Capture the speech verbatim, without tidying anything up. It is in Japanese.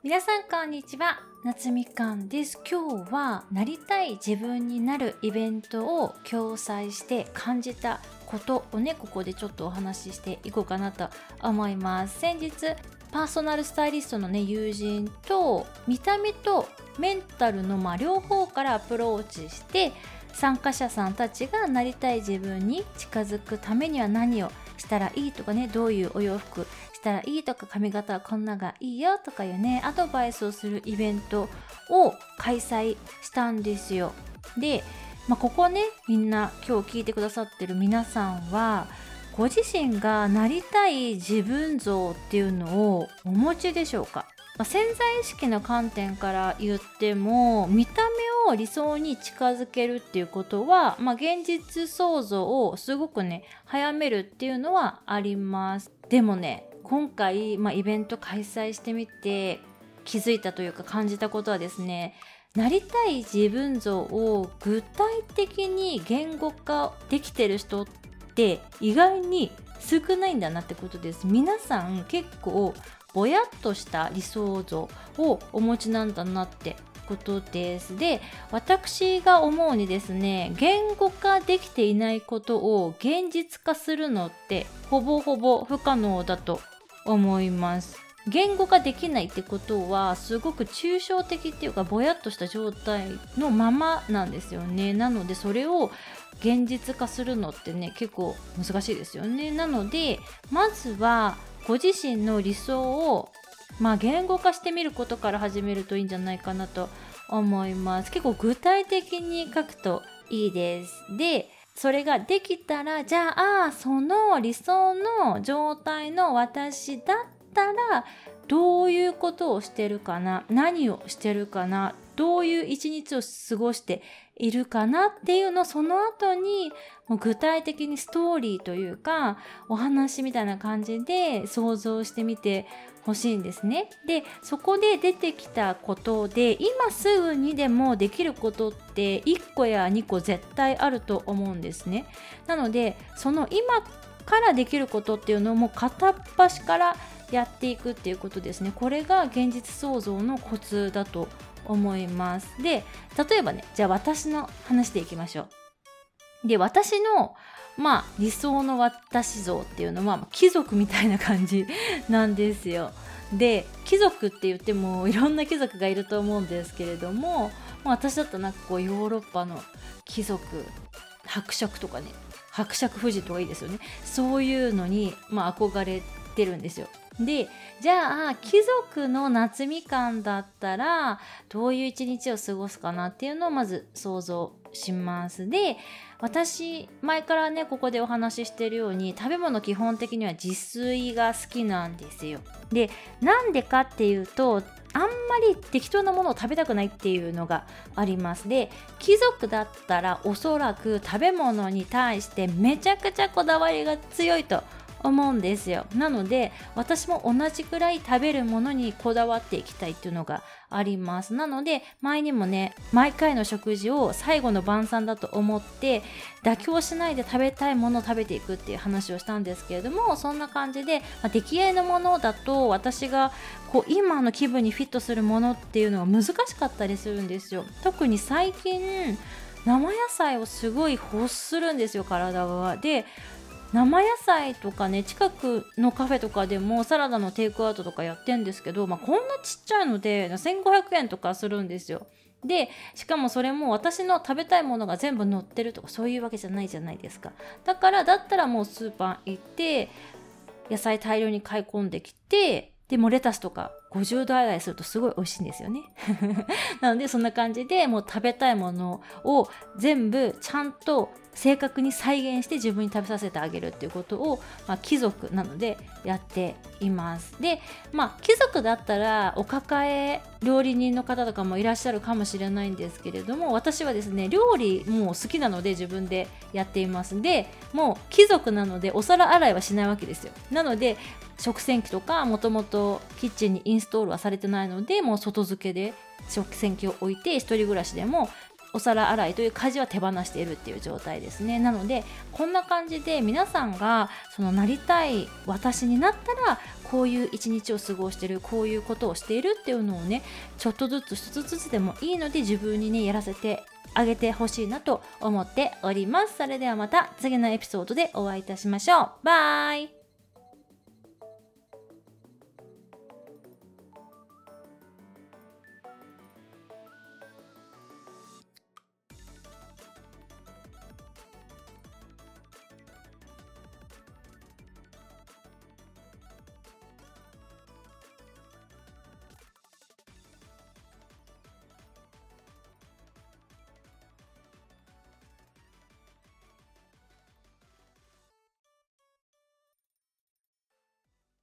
皆さんこんにちは、夏みかんです。今日はなりたい自分になるイベントを共催して感じたことをね、ここでちょっとお話ししていこうかなと思います。先日パーソナルスタイリストのね友人と見た目とメンタルのまあ両方からアプローチして、参加者さんたちがなりたい自分に近づくためには何をしたらいいとかね、どういうお洋服したらいいとか、髪型はこんながいいよとかいうねアドバイスをするイベントを開催したんですよ。で、まあ、ここね、みんな今日聞いてくださってる皆さんはご自身がなりたい自分像っていうのをお持ちでしょうか。まあ、潜在意識の観点から言っても、見た目を理想に近づけるっていうことは、まあ、現実創造をすごくね早めるっていうのはあります。でもね、今回、まあ、イベント開催してみて気づいたというか感じたことはですね、なりたい自分像を具体的に言語化できてる人って意外に少ないんだなってことです。皆さん結構ぼやっとした理想像をお持ちなんだなってことです。で、私が思うにですね、言語化できていないことを現実化するのってほぼほぼ不可能だと思います。言語化できないってことはすごく抽象的っていうかぼやっとした状態のままなんですよね。なのでそれを現実化するのってね結構難しいですよね。なのでまずはご自身の理想をまあ言語化してみることから始めるといいんじゃないかなと思います。結構具体的に書くといいです。で、それができたら、じゃあその理想の状態の私だったらどういうことをしてるかな、何をしてるかな、どういう一日を過ごしているかなっていうのをその後にもう具体的にストーリーというかお話みたいな感じで想像してみてほしいんですね。で、そこで出てきたことで今すぐにでもできることっていっこやにこ絶対あると思うんですね。なのでその今からできることっていうのをもう片っ端からやっていくっていうことですね。これが現実創造のコツだと思います。で、例えばね、じゃあ私の話でいきましょう。で、私のまあ理想の私像っていうのは貴族みたいな感じなんですよ。で、貴族って言ってもいろんな貴族がいると思うんですけれども、まあ、私だったらなんかこうヨーロッパの貴族、伯爵とかね、伯爵夫人とかいいですよね。そういうのに、まあ、憧れてるんですよ。で、じゃあ貴族の夏みかんだったらどういう一日を過ごすかなっていうのをまず想像します。で、私前からねここでお話ししてるように食べ物基本的には自炊が好きなんですよ。で、なんでかっていうと、あんまり適当なものを食べたくないっていうのがあります。で、貴族だったらおそらく食べ物に対してめちゃくちゃこだわりが強いと思うんですよ。なので私も同じくらい食べるものにこだわっていきたいっていうのがあります。なので前にもね、毎回の食事を最後の晩餐だと思って妥協しないで食べたいものを食べていくっていう話をしたんですけれども、そんな感じで、まあ、出来合いのものだと私がこう今の気分にフィットするものっていうのが難しかったりするんですよ。特に最近生野菜をすごい欲するんですよ、体が。で、生野菜とかね、近くのカフェとかでもサラダのテイクアウトとかやってんですけど、まあ、こんなちっちゃいのでせんごひゃくえんとかするんですよ。で、しかもそれも私の食べたいものが全部載ってるとかそういうわけじゃないじゃないですか。だからだったらもうスーパー行って野菜大量に買い込んできて、でもレタスとかごじゅうど洗いするとすごい美味しいんですよねなのでそんな感じでもう食べたいものを全部ちゃんと正確に再現して自分に食べさせてあげるっていうことを、まあ、貴族なのでやっています。で、まあ貴族だったらお抱え料理人の方とかもいらっしゃるかもしれないんですけれども、私はですね料理もう好きなので自分でやっています。で、もう貴族なのでお皿洗いはしないわけですよ。なので食洗機とかもともとキッチンにインストールはされてないので、もう外付けで食洗機を置いて一人暮らしでもお皿洗いという家事は手放しているっていう状態ですね。なのでこんな感じで皆さんがそのなりたい私になったらこういう一日を過ごしている、こういうことをしているっていうのをね、ちょっとずつ一つずつでもいいので自分にねやらせてあげてほしいなと思っております。それではまた次のエピソードでお会いいたしましょう。バイ。